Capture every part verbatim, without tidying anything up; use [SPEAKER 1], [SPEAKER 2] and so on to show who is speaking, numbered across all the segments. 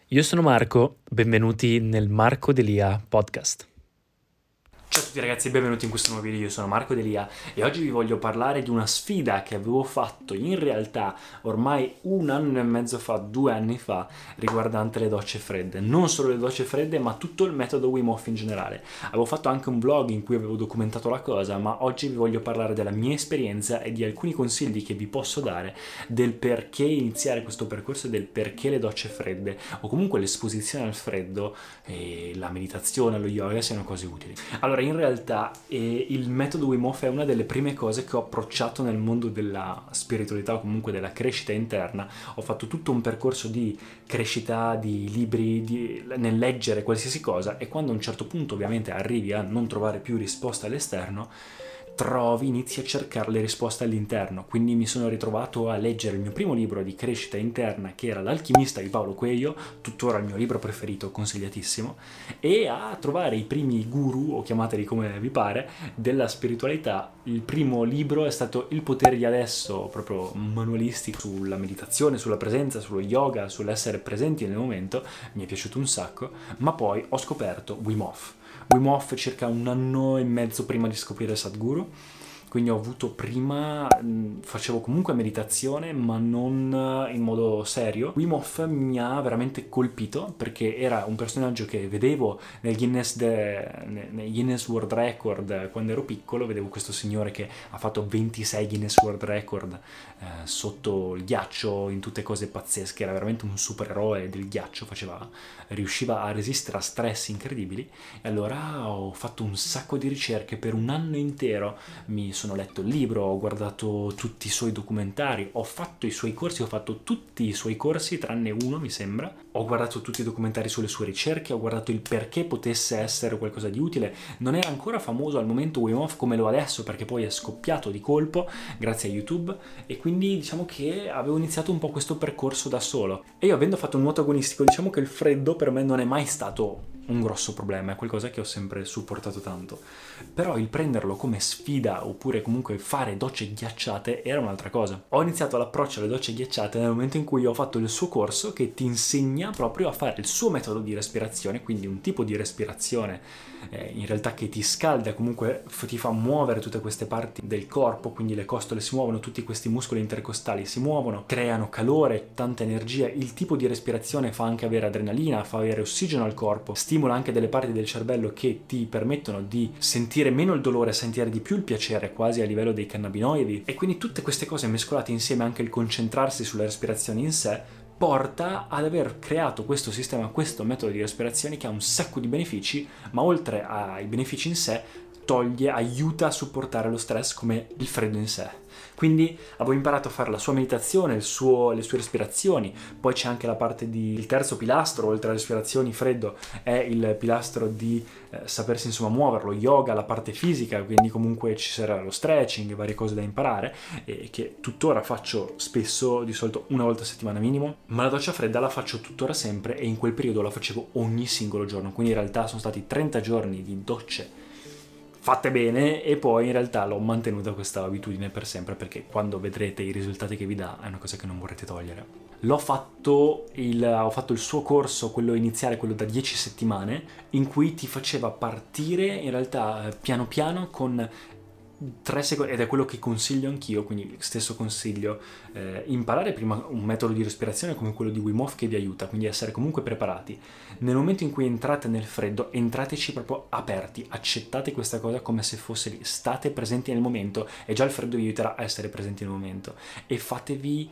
[SPEAKER 1] Io sono Marco, benvenuti nel Marco Delia podcast. Ciao a tutti ragazzi e benvenuti in questo nuovo video, io sono Marco Delia e oggi vi voglio parlare di una sfida che avevo fatto in realtà ormai un anno e mezzo fa, due anni fa, riguardante le docce fredde. Non solo le docce fredde, ma tutto il metodo Wim Hof in generale. Avevo fatto anche un vlog in cui avevo documentato la cosa, ma oggi vi voglio parlare della mia esperienza e di alcuni consigli che vi posso dare del perché iniziare questo percorso e del perché le docce fredde o comunque l'esposizione al freddo e la meditazione, lo yoga siano cose utili. Allora, in realtà eh, il metodo Wim Hof è una delle prime cose che ho approcciato nel mondo della spiritualità o comunque della crescita interna. Ho fatto tutto un percorso di crescita, di libri, di, nel leggere qualsiasi cosa, e quando a un certo punto ovviamente arrivi a non trovare più risposte all'esterno, trovi, inizi a cercare le risposte all'interno. Quindi mi sono ritrovato a leggere il mio primo libro di crescita interna, che era L'Alchimista di Paulo Coelho, tuttora il mio libro preferito, consigliatissimo, e a trovare i primi guru, o chiamateli come vi pare, della spiritualità. Il primo libro è stato Il potere di adesso, proprio manualistico sulla meditazione, sulla presenza, sullo yoga, sull'essere presenti nel momento. Mi è piaciuto un sacco, ma poi ho scoperto Wim Hof. Wim Hof circa un anno e mezzo prima di scoprire Sadhguru, quindi ho avuto prima, facevo comunque meditazione ma non in modo serio. Wim Hof mi ha veramente colpito perché era un personaggio che vedevo nel Guinness, de, nel Guinness World Record quando ero piccolo. Vedevo questo signore che ha fatto ventisei Guinness World Record eh, sotto il ghiaccio, in tutte cose pazzesche. Era veramente un supereroe del ghiaccio, faceva, riusciva a resistere a stress incredibili. E allora ho fatto un sacco di ricerche per un anno intero. Mi sono letto il libro, ho guardato tutti i suoi documentari, ho fatto i suoi corsi, ho fatto tutti i suoi corsi tranne uno mi sembra, ho guardato tutti i documentari sulle sue ricerche, ho guardato il perché potesse essere qualcosa di utile. Non era ancora famoso al momento Wim Hof come lo è adesso, perché poi è scoppiato di colpo grazie a YouTube, e quindi diciamo che avevo iniziato un po' questo percorso da solo. E io, avendo fatto un nuoto agonistico, diciamo che il freddo per me non è mai stato un grosso problema, è qualcosa che ho sempre supportato tanto. Però il prenderlo come sfida oppure comunque fare docce ghiacciate era un'altra cosa. Ho iniziato l'approccio alle docce ghiacciate nel momento in cui ho fatto il suo corso, che ti insegna proprio a fare il suo metodo di respirazione, quindi un tipo di respirazione eh, in realtà che ti scalda, comunque ti fa muovere tutte queste parti del corpo, quindi le costole si muovono, tutti questi muscoli intercostali si muovono, creano calore, tanta energia. Il tipo di respirazione fa anche avere adrenalina, fa avere ossigeno al corpo, stimola anche delle parti del cervello che ti permettono di sentire meno il dolore, sentire di più il piacere, quasi a livello dei cannabinoidi. E quindi tutte queste cose mescolate insieme, anche il concentrarsi sulla respirazione in sé, porta ad aver creato questo sistema, questo metodo di respirazione che ha un sacco di benefici, ma oltre ai benefici in sé toglie, aiuta a supportare lo stress come il freddo in sé. Quindi avevo imparato a fare la sua meditazione, il suo, le sue respirazioni. Poi c'è anche la parte di il terzo pilastro, oltre alle respirazioni freddo, è il pilastro di eh, sapersi insomma muovere, lo yoga, la parte fisica, quindi comunque ci sarà lo stretching, varie cose da imparare, e che tuttora faccio spesso, di solito una volta a settimana minimo. Ma la doccia fredda la faccio tuttora sempre, e in quel periodo la facevo ogni singolo giorno, quindi in realtà sono stati trenta giorni di docce fatte bene, e poi in realtà l'ho mantenuta questa abitudine per sempre, perché quando vedrete i risultati che vi dà è una cosa che non vorrete togliere. L'ho fatto il, ho fatto il suo corso, quello iniziale, quello da dieci settimane, in cui ti faceva partire in realtà piano piano con tre secondi, ed è quello che consiglio anch'io, quindi stesso consiglio, eh, imparare prima un metodo di respirazione come quello di Wim Hof che vi aiuta, quindi essere comunque preparati. Nel momento in cui entrate nel freddo, entrateci proprio aperti, accettate questa cosa come se fosse lì, state presenti nel momento, e già il freddo vi aiuterà a essere presenti nel momento, e fatevi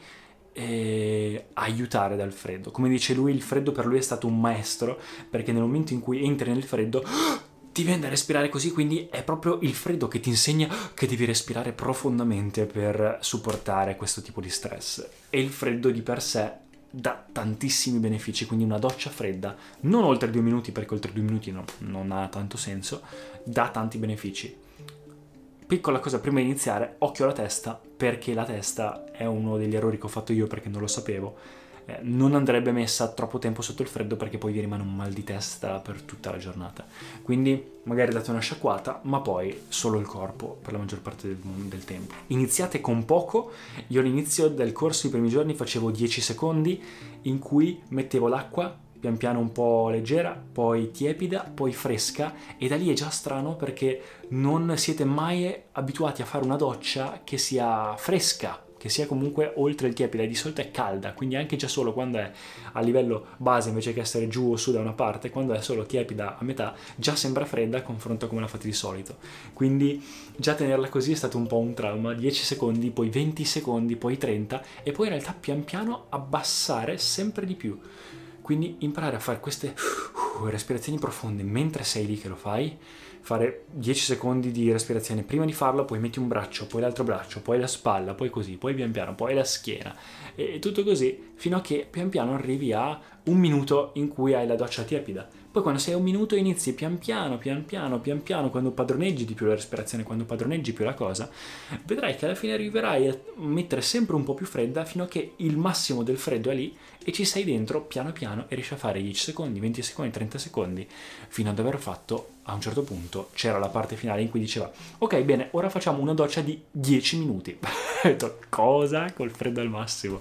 [SPEAKER 1] eh, aiutare dal freddo. Come dice lui, il freddo per lui è stato un maestro, perché nel momento in cui entri nel freddo ti viene da respirare così, quindi è proprio il freddo che ti insegna che devi respirare profondamente per supportare questo tipo di stress. E il freddo di per sé dà tantissimi benefici, quindi una doccia fredda, non oltre due minuti, perché oltre due minuti no, non ha tanto senso, dà tanti benefici. Piccola cosa prima di iniziare, occhio alla testa, perché la testa è uno degli errori che ho fatto io perché non lo sapevo. Eh, non andrebbe messa troppo tempo sotto il freddo, perché poi vi rimane un mal di testa per tutta la giornata. Quindi magari date una sciacquata, ma poi solo il corpo per la maggior parte del, del tempo. Iniziate con poco. Io all'inizio del corso, i primi giorni, facevo dieci secondi in cui mettevo l'acqua pian piano un po' leggera, poi tiepida, poi fresca, e da lì è già strano perché non siete mai abituati a fare una doccia che sia fresca, che sia comunque oltre il tiepida, e di solito è calda, quindi anche già solo quando è a livello base invece che essere giù o su da una parte, quando è solo tiepida a metà già sembra fredda a confronto a come la fate di solito, quindi già tenerla così è stato un po' un trauma. Dieci secondi, poi venti secondi, poi trenta, e poi in realtà pian piano abbassare sempre di più, quindi imparare a fare queste uh, respirazioni profonde mentre sei lì che lo fai, fare dieci secondi di respirazione, prima di farlo poi metti un braccio, poi l'altro braccio, poi la spalla, poi così, poi pian piano, poi la schiena, e tutto così fino a che pian piano arrivi a un minuto in cui hai la doccia tiepida. Poi quando sei a un minuto inizi pian piano, pian piano, pian piano, quando padroneggi di più la respirazione, quando padroneggi più la cosa, vedrai che alla fine arriverai a mettere sempre un po' più fredda fino a che il massimo del freddo è lì e ci sei dentro piano piano e riesci a fare dieci secondi, venti secondi, trenta secondi, fino ad aver fatto, a un certo punto c'era la parte finale in cui diceva ok bene, ora facciamo una doccia di dieci minuti. Ho detto cosa? Col freddo al massimo.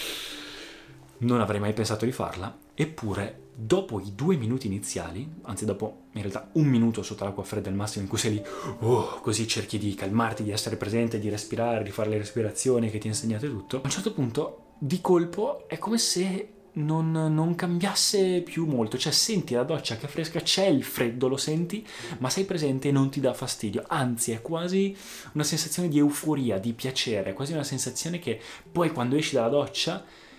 [SPEAKER 1] Non avrei mai pensato di farla, eppure dopo i due minuti iniziali, anzi dopo in realtà un minuto sotto l'acqua fredda al massimo in cui sei lì, oh, così cerchi di calmarti, di essere presente, di respirare, di fare le respirazioni che ti ho insegnato e tutto, a un certo punto di colpo è come se non, non cambiasse più molto, cioè senti la doccia che è fresca, c'è il freddo, lo senti, ma sei presente e non ti dà fastidio, anzi è quasi una sensazione di euforia, di piacere, quasi una sensazione che poi quando esci dalla doccia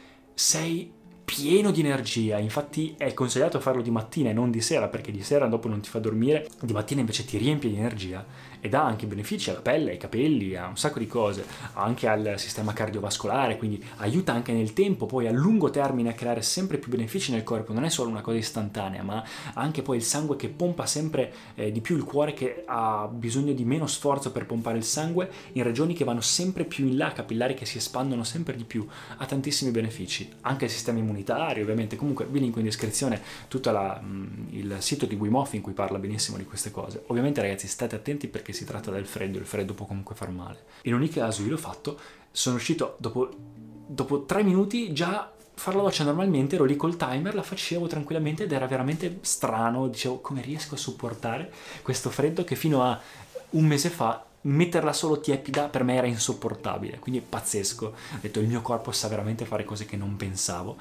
[SPEAKER 1] sei pieno di energia. Infatti è consigliato farlo di mattina e non di sera, perché di sera dopo non ti fa dormire, di mattina invece ti riempie di energia ed ha anche benefici alla pelle, ai capelli, a un sacco di cose, anche al sistema cardiovascolare, quindi aiuta anche nel tempo, poi a lungo termine a creare sempre più benefici nel corpo. Non è solo una cosa istantanea, ma anche poi il sangue che pompa sempre eh, di più, il cuore che ha bisogno di meno sforzo per pompare il sangue in regioni che vanno sempre più in là, capillari che si espandono sempre di più, ha tantissimi benefici, anche il sistema immunitario ovviamente. Comunque vi linko in descrizione tutto la, mh, il sito di Wim Hof in cui parla benissimo di queste cose. Ovviamente ragazzi state attenti perché si tratta del freddo, il freddo può comunque far male. In ogni caso io l'ho fatto, sono uscito dopo, dopo tre minuti già fare la doccia normalmente, ero lì col timer, la facevo tranquillamente ed era veramente strano, dicevo come riesco a supportare questo freddo che fino a un mese fa metterla solo tiepida per me era insopportabile, quindi è pazzesco. Ho detto il mio corpo sa veramente fare cose che non pensavo.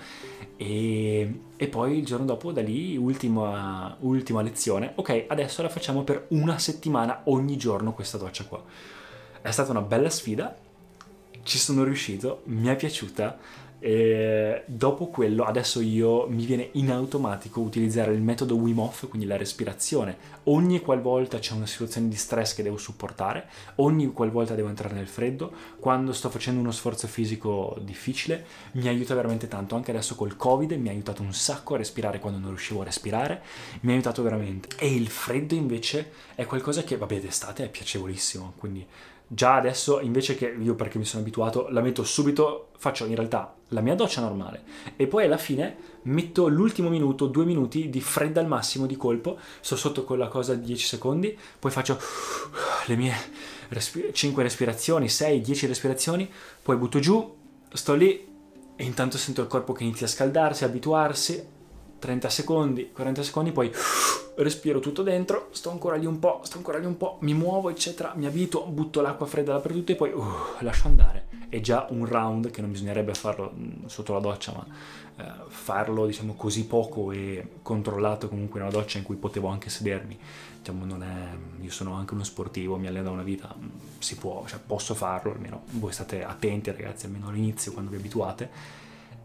[SPEAKER 1] E, e poi il giorno dopo da lì ultima, ultima lezione, ok adesso la facciamo per una settimana ogni giorno questa doccia qua. È stata una bella sfida, ci sono riuscito, mi è piaciuta. E dopo quello adesso io mi viene in automatico utilizzare il metodo Wim Hof, quindi la respirazione, ogni qualvolta c'è una situazione di stress che devo supportare, ogni qualvolta devo entrare nel freddo, quando sto facendo uno sforzo fisico difficile, mi aiuta veramente tanto. Anche adesso col Covid mi ha aiutato un sacco a respirare quando non riuscivo a respirare, mi ha aiutato veramente. E il freddo invece è qualcosa che, vabbè, d'estate è piacevolissimo, quindi già adesso invece che io, perché mi sono abituato, la metto subito, faccio in realtà la mia doccia normale e poi alla fine metto l'ultimo minuto, due minuti di fredda al massimo di colpo, sto sotto con la cosa dieci secondi, poi faccio le mie respi- cinque respirazioni, sei dieci respirazioni, poi butto giù, sto lì e intanto sento il corpo che inizia a scaldarsi, abituarsi, trenta secondi, quaranta secondi, poi respiro tutto dentro, sto ancora lì un po', sto ancora lì un po', mi muovo eccetera, mi abituo, butto l'acqua fredda dappertutto e poi uh, lascio andare. È già un round che non bisognerebbe farlo mh, sotto la doccia, ma eh, farlo diciamo così poco e controllato comunque in una doccia in cui potevo anche sedermi, diciamo non è, io sono anche uno sportivo, mi alleno da una vita, si può, cioè posso farlo, almeno voi state attenti ragazzi, almeno all'inizio quando vi abituate.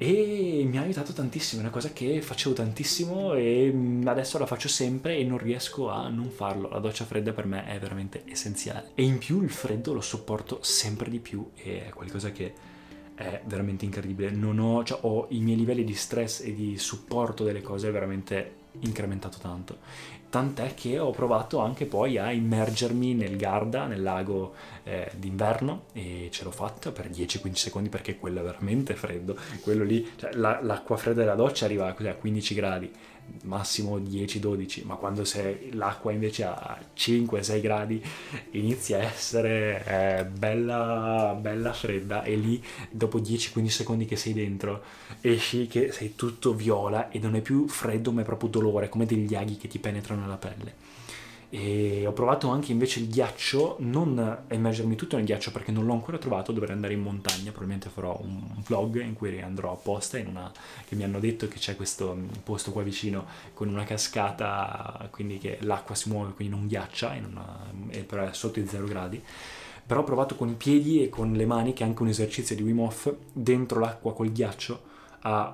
[SPEAKER 1] E mi ha aiutato tantissimo, è una cosa che facevo tantissimo e adesso la faccio sempre e non riesco a non farlo. La doccia fredda per me è veramente essenziale e in più il freddo lo sopporto sempre di più e è qualcosa che è veramente incredibile. Non ho, cioè, ho i miei livelli di stress e di supporto delle cose veramente incrementato tanto tant'è che ho provato anche poi a immergermi nel Garda, nel lago eh, d'inverno, e ce l'ho fatta per dieci quindici secondi, perché quello è veramente freddo, quello lì, cioè, la, l'acqua fredda della doccia arriva così a quindici gradi, massimo dieci dodici, ma quando sei, l'acqua invece a cinque sei gradi inizia a essere eh, bella, bella fredda, e lì dopo dieci quindici secondi che sei dentro esci che sei tutto viola e non è più freddo ma è proprio dolore, come degli aghi che ti penetrano nella pelle. E ho provato anche invece il ghiaccio, non a immergermi tutto nel ghiaccio perché non l'ho ancora trovato, dovrei andare in montagna, probabilmente farò un vlog in cui andrò apposta in una, che mi hanno detto che c'è questo posto qua vicino con una cascata, quindi che l'acqua si muove, quindi non ghiaccia, in una, però è sotto i zero gradi. Però ho provato con i piedi e con le mani, che è anche un esercizio di Wim Hof, dentro l'acqua col ghiaccio a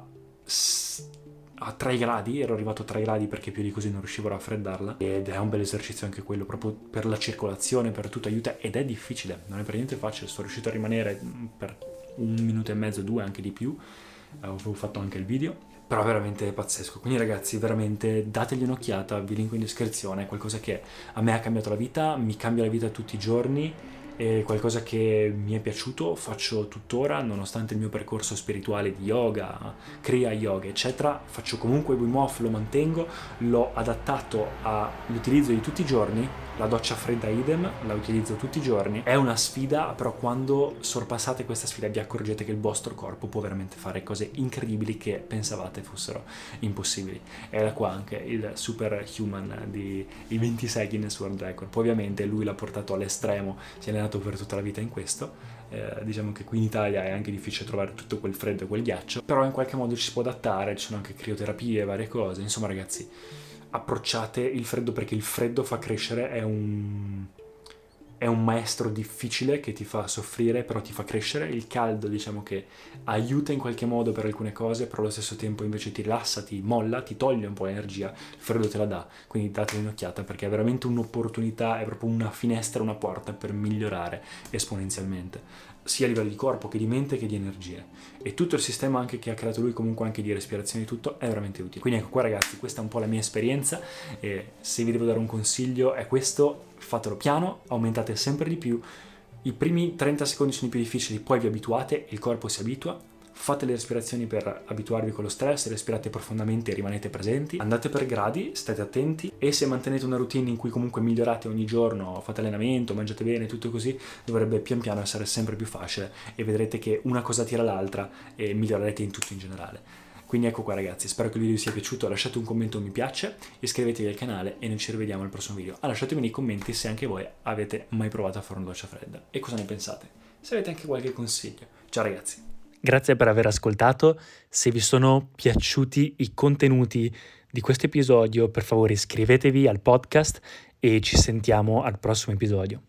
[SPEAKER 1] a tre gradi, ero arrivato a tre gradi perché più di così non riuscivo a raffreddarla, ed è un bel esercizio anche quello, proprio per la circolazione, per tutto, aiuta, ed è difficile, non è per niente facile. Sono riuscito a rimanere per un minuto e mezzo, due, anche di più, avevo fatto anche il video, però veramente pazzesco. Quindi ragazzi, veramente dategli un'occhiata, vi linko in descrizione, è qualcosa che a me ha cambiato la vita, mi cambia la vita tutti i giorni, è qualcosa che mi è piaciuto, faccio tuttora, nonostante il mio percorso spirituale di yoga, Kriya Yoga, eccetera, faccio comunque Wim Hof, lo mantengo, l'ho adattato all'utilizzo di tutti i giorni, la doccia fredda idem, la utilizzo tutti i giorni, è una sfida, però quando sorpassate questa sfida vi accorgete che il vostro corpo può veramente fare cose incredibili che pensavate fossero impossibili. E da qua anche il superhuman di i ventisei Guinness World Record. Poi ovviamente lui l'ha portato all'estremo, si è allenato per tutta la vita in questo. Eh, diciamo che qui in Italia è anche difficile trovare tutto quel freddo e quel ghiaccio, però in qualche modo ci si può adattare, ci sono anche crioterapie e varie cose. Insomma ragazzi, approcciate il freddo, perché il freddo fa crescere, è un... è un maestro difficile che ti fa soffrire, però ti fa crescere. Il caldo, diciamo che aiuta in qualche modo per alcune cose, però allo stesso tempo invece ti rilassa, ti molla, ti toglie un po' l'energia. Il freddo te la dà, quindi date un'occhiata, perché è veramente un'opportunità, è proprio una finestra, una porta per migliorare esponenzialmente, sia a livello di corpo che di mente che di energie. E tutto il sistema anche che ha creato lui, comunque anche di respirazione e tutto, è veramente utile. Quindi ecco qua ragazzi, questa è un po' la mia esperienza, e se vi devo dare un consiglio è questo: fatelo piano, aumentate sempre di più, i primi trenta secondi sono i più difficili, poi vi abituate, il corpo si abitua, fate le respirazioni per abituarvi con lo stress, respirate profondamente e rimanete presenti, andate per gradi, state attenti, e se mantenete una routine in cui comunque migliorate ogni giorno, fate allenamento, mangiate bene, tutto così, dovrebbe pian piano essere sempre più facile, e vedrete che una cosa tira l'altra e migliorerete in tutto in generale. Quindi ecco qua ragazzi, spero che il video vi sia piaciuto, lasciate un commento, un mi piace, iscrivetevi al canale e noi ci rivediamo al prossimo video. Ah, lasciatemi nei commenti se anche voi avete mai provato a fare una doccia fredda e cosa ne pensate, se avete anche qualche consiglio. Ciao ragazzi. Grazie per aver ascoltato. Se vi sono piaciuti i contenuti di questo episodio, per favore iscrivetevi al podcast e ci sentiamo al prossimo episodio.